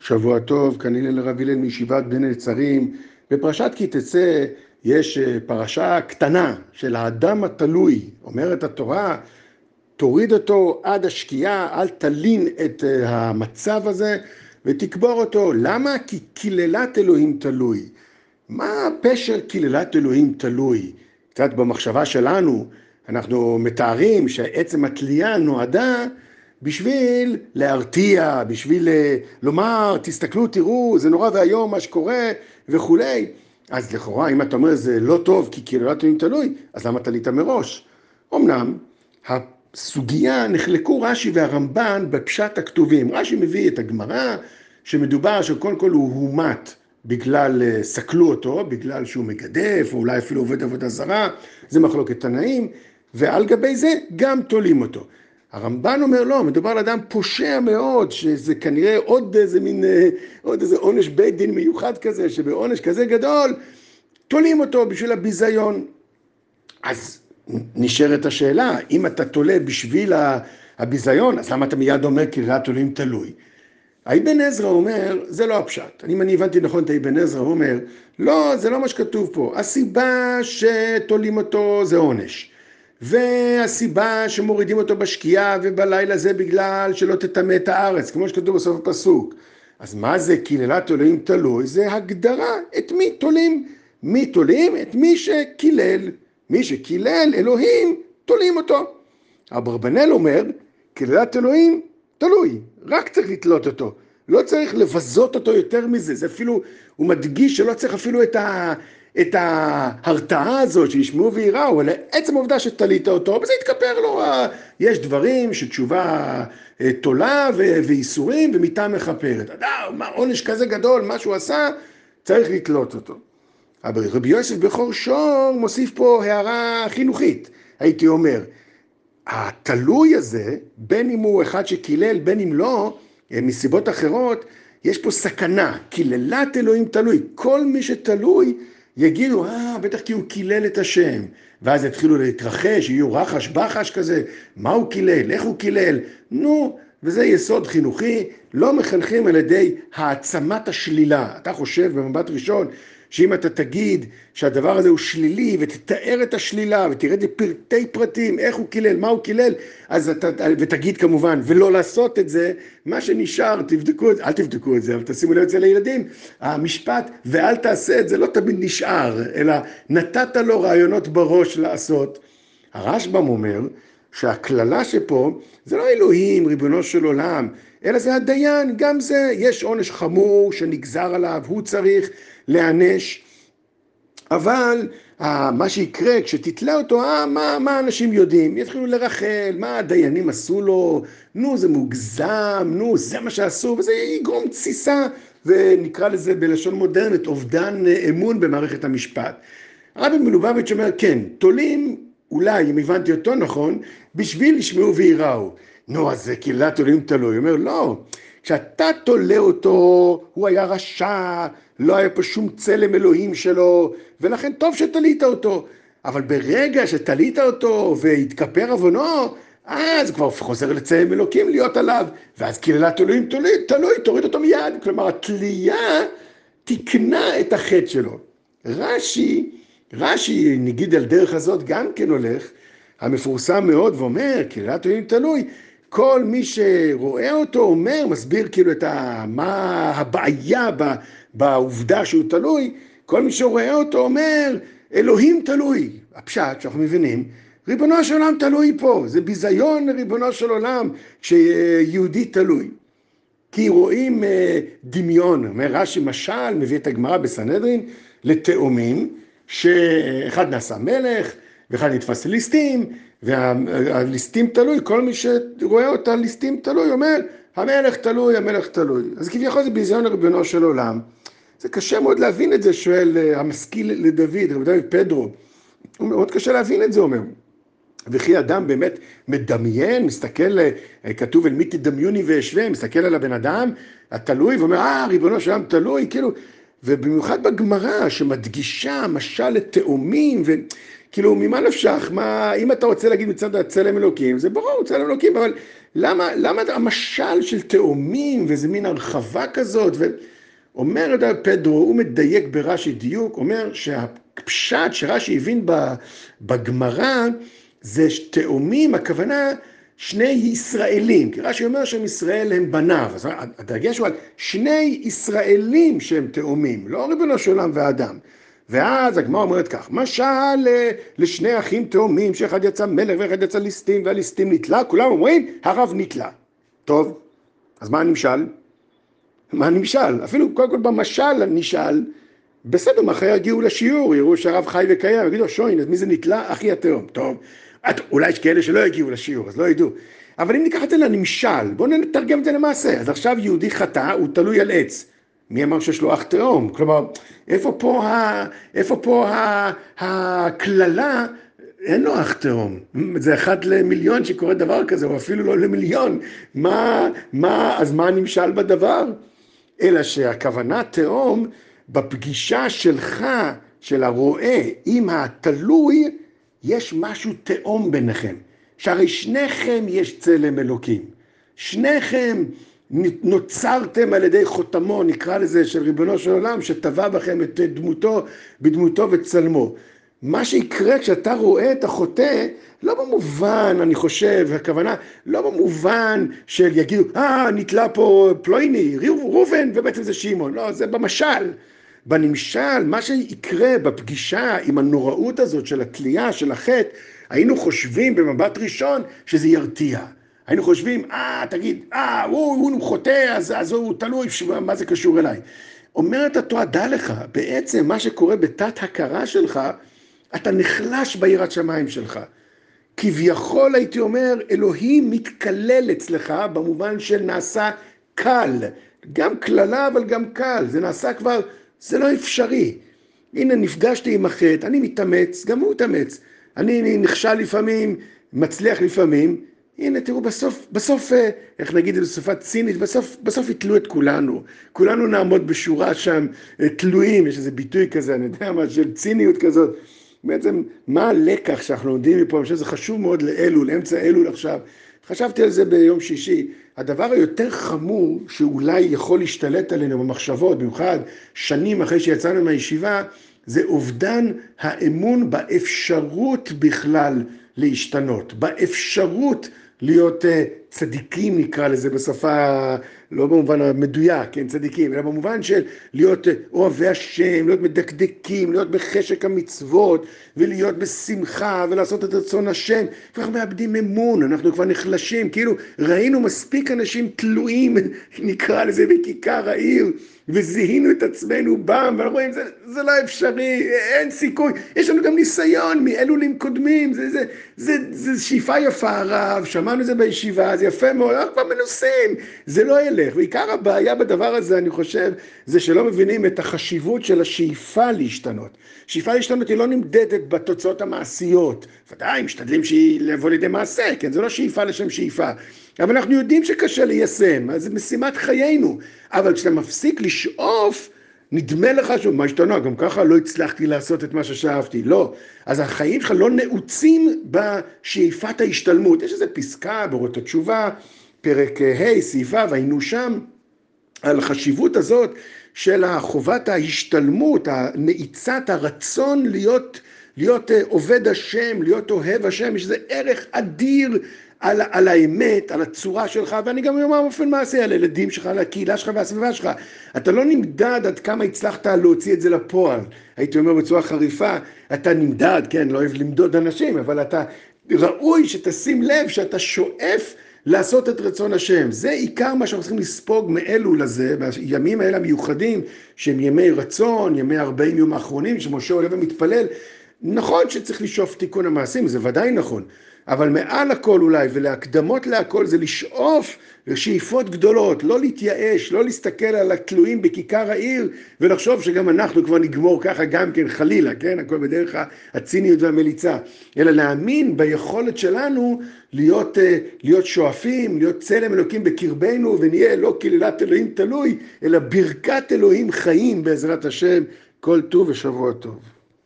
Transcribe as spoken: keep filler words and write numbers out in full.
שבוע טוב, כאן הלל רב הלל מישיבת בני נצרים. בפרשת כי תצא יש פרשה קטנה של האדם התלוי. אומרת התורה, תוריד אותו עד השקיעה, אל תלין את המצב הזה ותקבור אותו. למה? כי קללת אלוהים תלוי. מה פשר קללת אלוהים תלוי? קצת במחשבה שלנו אנחנו מתארים שעצם התלייה נועדה בשביל להרתיע, בשביל לומר, תסתכלו, תראו, זה נורא והיום מה שקורה וכולי. אז לכאורה, אם אתה אומר זה לא טוב כי קללת אלוהים תלוי, אז למה תלית מראש? אמנם, הסוגיה נחלקו רש"י והרמב"ן בפשט הכתובים. רש"י מביא את הגמרא שמדובר שקודם כל הוא הומת בגלל סקלו אותו, בגלל שהוא מגדף, או אולי אפילו עובד עבודה זרה, זה מחלוקת תנאים, ועל גבי זה גם תולים אותו. הרמב"ן אומר לא, מדובר על אדם פושע מאוד, שזה כנראה עוד איזה מין, עוד איזה עונש בית דין מיוחד כזה, שבעונש כזה גדול, תולים אותו בשביל הביזיון. אז נשארת השאלה, אם אתה תולה בשביל הביזיון, אז למה אתה מיד אומר קללת אלוהים תלוי? האבן עזרא אומר, זה לא הפשט. אם אני הבנתי נכון את האבן עזרא, הוא אומר, לא, זה לא מה שכתוב פה. הסיבה שתולים אותו זה עונש. והסיבה שמורידים אותו בשקיעה ובלילה זה בגלל שלא תטמא את הארץ, כמו שכתוב בסוף הפסוק. אז מה זה קללת אלוהים תלוי? זה הגדרה, את מי תולים? מי תולים? את מי שקילל. מי שקילל אלוהים, תולים אותו. אברבנאל אומר, קללת אלוהים תלוי, רק צריך לתלות אותו. לא צריך לבזות אותו יותר מזה. זה אפילו, הוא מדגיש שלא צריך אפילו את ה... את ההרתעה הזאת שישמעו ויראו, אלא עצם העובדה שתלית אותו, וזה יתכפר לו. יש דברים שתשובה תולה ואיסורים ומיתה מכפרת. אדם, עונש כזה גדול, מה שהוא עשה, צריך לתלות אותו. אבל רבי יוסף בכור שור מוסיף פה הערה חינוכית, הייתי אומר. התלוי הזה, בין אם הוא אחד שקילל, בין אם לא, מסיבות אחרות, יש פה סכנה. קללת אלוהים תלוי. כל מי שתלוי, יגידו, אה, בטח כי הוא קילל את השם. ואז יתחילו להתרחש, יהיו רחש בחש כזה, מה הוא קילל, איך הוא קילל? נו, וזה יסוד חינוכי, לא מחנכים על ידי העצמת השלילה. אתה חושב במבט ראשון, שאם אתה תגיד שהדבר הזה הוא שלילי, ותתאר את השלילה, ותרד לפרטי פרטים, איך הוא קילל, מה הוא קילל, אז אתה, ותגיד כמובן, ולא לעשות את זה, מה שנשאר, תבדקו את זה, אל תבדקו את זה, אבל תשימו לב אצל הילדים, המשפט, ואל תעשה את זה, לא תמיד נשאר, אלא נתת לו רעיונות בראש לעשות. הרשב"ם אומר, שהכללה שפה, זה לא אלוהים, ריבונו של עולם, אלא זה הדיין, גם זה, יש עונש חמור שנגזר עליו, הוא צריך להענש, אבל מה שיקרה כשתתלה אותו, אה, מה, מה אנשים יודעים? יתחילו לרחל, מה הדיינים עשו לו, נו זה מוגזם, נו זה מה שעשו, וזה יגרום תסיסה, ונקרא לזה בלשון מודרנית, אובדן אמון במערכת המשפט. הרבי מלובביץ' אומר, כן, תולים, אולי, אם הבנתי אותו נכון, בשביל לשמעו ויראו. נו, אז זה קללת אלוהים תלוי. הוא אומר, לא, כשאתה תולה אותו, הוא היה רשע, לא היה פה שום צלם אלוהים שלו, ולכן טוב שתלית אותו. אבל ברגע שתלית אותו והתכפר עוונו, אז כבר חוזר לצלם אלוקים להיות עליו, ואז קללת אלוהים תלוי, תלוי, תוריד אותו מיד. כלומר, התלייה תקנה את החטא שלו. רש"י, רש"י, נגיד על דרך הזאת, גם כן הולך, המפורסם מאוד ואומר, קללת אלוהים תלוי, כל מי שרואה אותו אומר, מסביר כאילו את ה, מה הבעיה ב, בעובדה שהוא תלוי, כל מי שרואה אותו אומר, אלוהים תלוי. הפשט שאנחנו מבינים, ריבונו של עולם תלוי פה, זה ביזיון לריבונו של עולם שיהודי תלוי. כי רואים דמיון, אומר רש"י משל, מביא את הגמרא בסנהדרין, לתאומים, שאחד נעשה מלך, ואחד נתפס ליסטים, והליסטים תלוי, כל מי שרואה אותה ליסטים תלוי, אומר, המלך תלוי, המלך תלוי. אז כביכול זה ביזיון לריבונו של עולם. זה קשה מאוד להבין את זה, שואל המשכיל לדוד, רבי דוד פדרו. הוא מאוד קשה להבין את זה, אומר. וכי אדם באמת מדמיין, מסתכל, כתוב אל מי תדמיוני ואשווה, מסתכל על הבן אדם, התלוי, ואומר, אה, ריבונו של עולם תלוי, כאילו, ובמיוחד בגמרא שמדגישה משל לתאומים, וכאילו ממה נפשך, מה, אם אתה רוצה להגיד מצד הצלם אלוקים, זה ברור, צלם אלוקים, אבל למה, למה המשל של תאומים, וזה מין הרחבה כזאת, ואומר את פדרו, הוא מדייק ברש"י דיוק, אומר שהפשט שרש"י הבין בגמרא, זה תאומים, הכוונה שני ישראלים, כי רש"י אומר שהם ישראל הם בניו, אז הדגש הוא על שני ישראלים שהם תאומים, לא ריבונו של עולם ואדם. ואז הגמרא אומרת כך, משל לשני אחים תאומים, שאחד יצא מלך ואחד יצא ליסטים, והליסטים נתלה, כולם אומרים, הרב נתלה. טוב, אז מה הנמשל? מה הנמשל? אפילו קודם כל במשל נשאל, בסדר, מחר יגיעו לשיעור, יראו שהרב חי וקיים, יגידו, שוין, אז מי זה נתלה? אחי התאום. טוב, אולי יש כאלה שלא יגיעו לשיעור, אז לא ידעו. אבל אם ניקח את זה לנמשל, בואו נתרגם את זה למעשה. אז עכשיו יהודי חטא, הוא תלוי על עץ. מי אמר שיש לו אח תאום? כלומר, איפה פה, ה... איפה פה ה... הכללה? אין לו אח תאום. זה אחד למיליון שקורה דבר כזה, או אפילו לא למיליון. מה, מה, אז מה נמשל בדבר? אלא שהכוונה תאום, בפגישה שלך, של הרואה, עם התלוי, יש משהו תאום ביניכם. שהרי שניכם יש צלם אלוקים. שניכם נוצרתם על ידי חותמו, נקרא לזה, של ריבונו של עולם, שטבע בכם את דמותו, בדמותו וצלמו. מה שיקרה כשאתה רואה את החוטא, לא במובן, אני חושב, הכוונה, לא במובן של יגידו, אה, נתלה פה פלויני, ראובן, ובעצם זה שמעון. לא, זה במשל. בנמשל, מה שיקרה בפגישה עם הנוראות הזאת של התלייה, של החטא, היינו חושבים במבט ראשון שזה ירתיע. היינו חושבים, אה, תגיד, אה, הוא, הוא חוטא, אז, אז הוא תלוי, מה זה קשור אליי? אומרת התורה, דע לך, בעצם מה שקורה בתת הכרה שלך, אתה נחלש ביראת שמיים שלך. כביכול הייתי אומר, אלוהים מתקלל אצלך במובן של נעשה קל. גם כללה, אבל גם קל. זה נעשה כבר, זה לא אפשרי. הנה, נפגשתי עם החטא, אני מתאמץ, גם הוא מתאמץ. אני נכשל לפעמים, מצליח לפעמים. הנה, תראו, בסוף, בסוף, איך נגיד את זה בשפה צינית, בסוף, בסוף יתלו את כולנו. כולנו נעמוד בשורה שם, תלויים, יש איזה ביטוי כזה, אני יודע מה, של ציניות כזאת. בעצם, מה הלקח שאנחנו לומדים מפה? אני חושב שזה חשוב מאוד לאלול, לאמצע אלול עכשיו. חשבתי על זה ביום שישי. הדבר היותר חמור שאולי יכול להשתלט עלינו במחשבות, במיוחד שנים אחרי שיצאנו מהישיבה, זה אובדן האמון באפשרות בכלל להשתנות, באפשרות להיות צדיקים, נקרא לזה בשפה, לא במובן המדויק, כן, צדיקים, אלא במובן של להיות אוהבי השם, להיות מדקדקים, להיות בחשק המצוות, ולהיות בשמחה, ולעשות את רצון השם. אנחנו מאבדים אמון, אנחנו כבר נחלשים, כאילו ראינו מספיק אנשים תלויים, נקרא לזה בכיכר העיר, וזיהינו את עצמנו בם, ואנחנו רואים, זה, זה לא אפשרי, אין סיכוי. יש לנו גם ניסיון מאלולים קודמים, זה, זה, זה, זה שאיפה יפה הרב, שמענו זה בישיבה, זה יפה מאוד, אנחנו כבר מנוסים, זה לא ילך. ועיקר הבעיה בדבר הזה, אני חושב, זה שלא מבינים את החשיבות של השאיפה להשתנות. שאיפה להשתנות היא לא נמדדת בתוצאות המעשיות, ודאי, משתדלים שהיא לבוא לידי מעשה, כן, זה לא שאיפה לשם שאיפה. אבל אנחנו יודעים שקשה ליישם, אז זה משימת חיינו. אבל כשאתה מפסיק לשאוף, נדמה לך שוב, מה השתנה? גם ככה לא הצלחתי לעשות את מה ששאפתי. לא. אז החיים שלך לא נעוצים בשאיפת ההשתלמות. יש איזו פסקה באורות התשובה, פרק ה' סעיפה, והיינו שם, על החשיבות הזאת של חובת ההשתלמות, הנעיצת הרצון להיות, להיות עובד השם, להיות אוהב השם. יש איזה ערך אדיר על, על האמת, על הצורה שלך, ואני גם אומר באופן מעשי, על הילדים שלך, על הקהילה שלך והסביבה שלך. אתה לא נמדד עד כמה הצלחת להוציא את זה לפועל. הייתי אומר בצורה חריפה, אתה נמדד, כן, לא אוהב למדוד אנשים, אבל אתה ראוי שתשים לב שאתה שואף לעשות את רצון השם. זה עיקר מה שאנחנו צריכים לספוג מאלול הזה, בימים האלה המיוחדים, שהם ימי רצון, ימי ארבעים יום האחרונים, שמשה עולה ומתפלל. נכון שצריך לשאוף תיקון המעשים, זה ודאי נכון. אבל מעל הכל אולי, ולהקדמות להכל, זה לשאוף לשאיפות גדולות, לא להתייאש, לא להסתכל על התלויים בכיכר העיר, ולחשוב שגם אנחנו כבר נגמור ככה גם כן חלילה, כן? הכל בדרך הציניות והמליצה, אלא להאמין ביכולת שלנו להיות, להיות שואפים, להיות צלם אלוקים בקרבנו, ונהיה לא קללת אלוהים תלוי, אלא ברכת אלוהים חיים בעזרת השם. כל טוב ושבוע טוב.